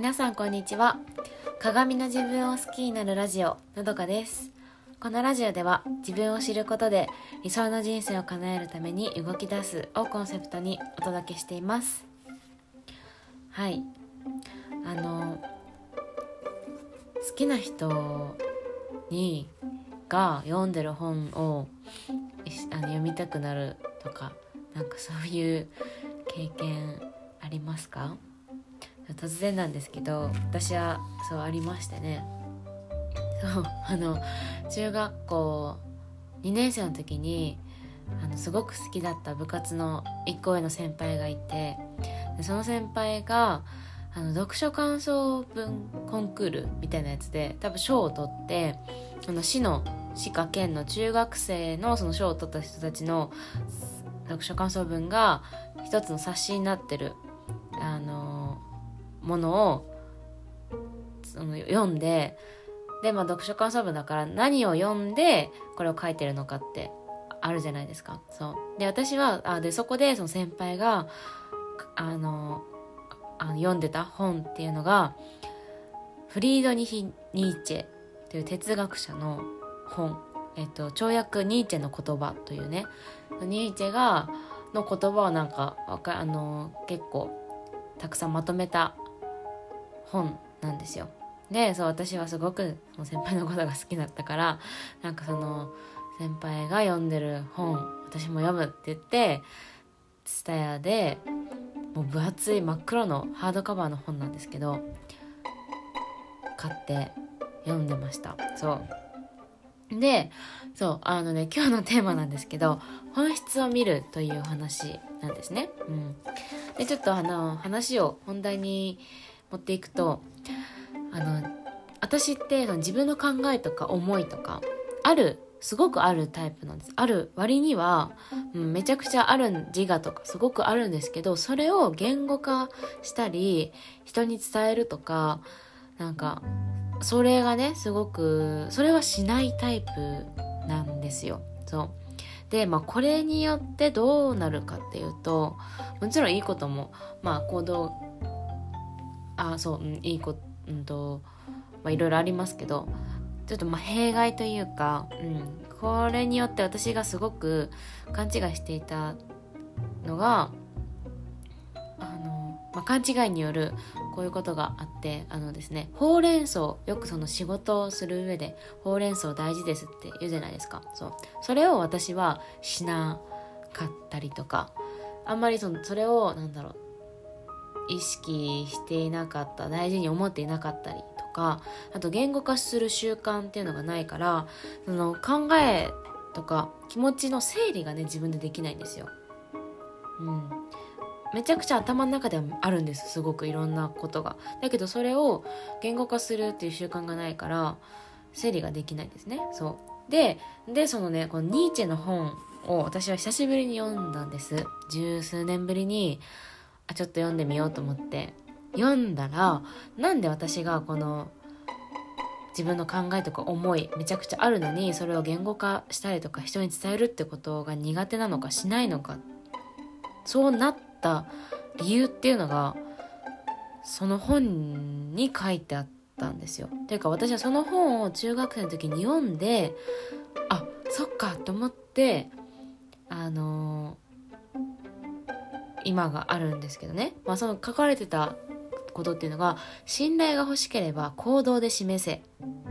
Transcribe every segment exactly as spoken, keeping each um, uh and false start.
皆さんこんにちは。鏡の自分を好きになるラジオのどかです。このラジオでは自分を知ることで理想の人生を叶えるために動き出すをコンセプトにお届けしています。はい、あの好きな人にが読んでる本をあの読みたくなるとか、なんかそういう経験ありますか？突然なんですけど、私はそうありましてね。そうあの中学校にねん生の時にあのすごく好きだった部活のいっこ上の先輩がいて、でその先輩があの読書感想文コンクールみたいなやつで多分賞を取って、あの市の市か県の中学生のその賞を取った人たちの読書感想文が一つの冊子になってるあのものをその読んで、で、まあ、読書感想文だから何を読んでこれを書いてるのかってあるじゃないですか。そうで私はあでそこでその先輩があのあの読んでた本っていうのがフリードニヒ・ニーチェという哲学者の本、えっと、跳躍ニーチェの言葉というね、ニーチェがの言葉をなんかあの結構たくさんまとめた本なんですよ。で、そう私はすごくその先輩のことが好きだったから、なんかその先輩が読んでる本私も読むって言ってツタヤでもう分厚い真っ黒のハードカバーの本なんですけど買って読んでました。そうでそうあのね今日のテーマなんですけど、本質を見るという話なんですね。うん、でちょっとあの話を本題に持っていくと、あの私って自分の考えとか思いとかあるすごくあるタイプなんです。ある割には、うん、めちゃくちゃある自我とかすごくあるんですけど、それを言語化したり人に伝えるとか、なんかそれがねすごくそれはしないタイプなんですよ。そうで、まあ、これによってどうなるかっていうと、もちろんいいこともまあ行動あそう、うん、いいこと、うんとまあ、いろいろありますけど、ちょっとまあ弊害というか、うん、これによって私がすごく勘違いしていたのがあの、まあ、勘違いによるこういうことがあって、あのですね、ほうれん草、よくその仕事をする上でほうれん草大事ですって言うじゃないですか。そうそれを私はしなかったりとか、あんまりそのそれをなんだろう意識していなかった、大事に思っていなかったりとか、あと言語化する習慣っていうのがないから、その考えとか気持ちの整理がね自分でできないんですよ。うんめちゃくちゃ頭の中ではあるんです、すごくいろんなことが。だけどそれを言語化するっていう習慣がないから整理ができないんですね。そうででそのねこのニーチェの本を私は久しぶりに読んだんです。十数年ぶりにあちょっと読んでみようと思って読んだら、なんで私がこの自分の考えとか思いめちゃくちゃあるのにそれを言語化したりとか人に伝えるってことが苦手なのかしないのか、そうなった理由っていうのがその本に書いてあったんですよ。ていうか私はその本を中学生の時に読んで、あそっかと思ってあのー今があるんですけどね、まあ、その書かれてたことっていうのが、信頼が欲しければ行動で示せ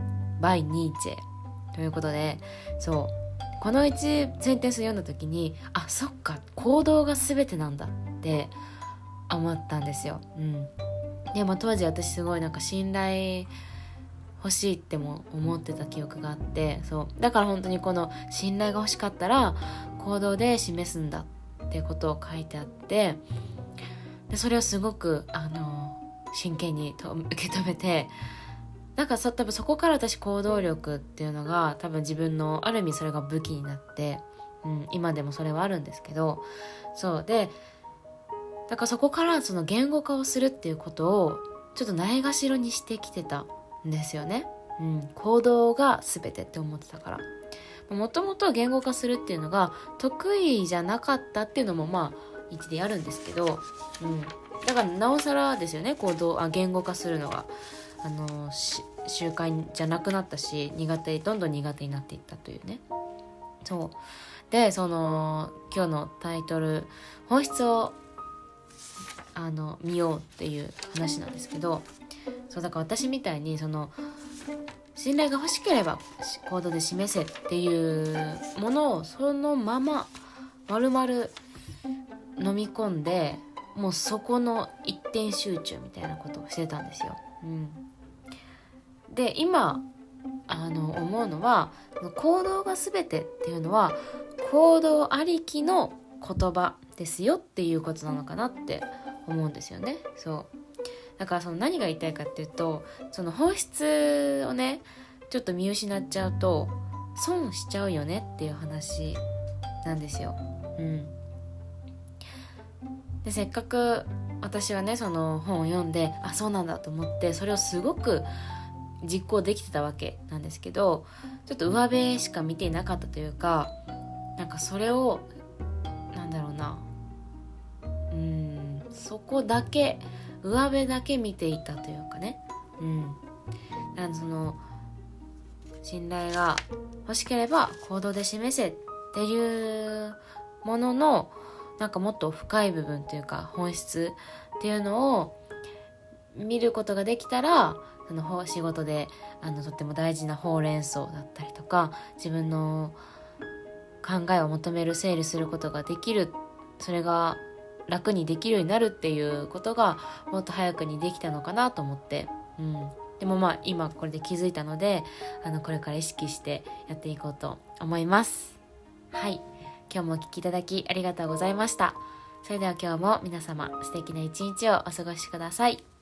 by ニーチェということで、そうこの一センテンス読んだ時に、あそっか行動が全てなんだって思ったんですよ。うん、でも当時私すごいなんか信頼欲しいっても思ってた記憶があって、そうだから本当にこの信頼が欲しかったら行動で示すんだってことを書いてあって、でそれをすごくあの真剣にと受け止めて、なんかそ多分そこから私行動力っていうのが多分自分のある意味それが武器になって、うん、今でもそれはあるんですけど、そうでだからそこからその言語化をするっていうことをちょっとないがしろにしてきてたんですよね。うん、行動が全てって思ってたから、もともと言語化するっていうのが得意じゃなかったっていうのもまあ位置でやるんですけど、うん、だからなおさらですよね、行動あ言語化するのがあの習慣じゃなくなったし、苦手どんどん苦手になっていったというね。そうで、その今日のタイトル、本質をあの見ようっていう話なんですけど、そうだから私みたいにその信頼が欲しければ行動で示せっていうものをそのまま丸々飲み込んで、もうそこの一点集中みたいなことをしてたんですよ。うん、で今あの思うのは、行動が全てっていうのは行動ありきの言葉ですよっていうことなのかなって思うんですよね。そうだからその何が言いたいかっていうと、その本質をねちょっと見失っちゃうと損しちゃうよねっていう話なんですよ。うん、でせっかく私はねその本を読んで、あそうなんだと思ってそれをすごく実行できてたわけなんですけど、ちょっと上辺しか見ていなかったというか、なんかそれをなんだろうなうーんそこだけ上辺だけ見ていたというかね。うんだからその信頼が欲しければ行動で示せっていうもののなんかもっと深い部分というか本質っていうのを見ることができたら、その仕事であのとっても大事なほうれん草だったりとか、自分の考えを求める整理することができる、それが楽にできるようになるっていうことがもっと早くにできたのかなと思って、うん、でもまあ今これで気づいたので、あのこれから意識してやっていこうと思います。はい、今日もお聞きいただきありがとうございました。それでは今日も皆様素敵な一日をお過ごしください。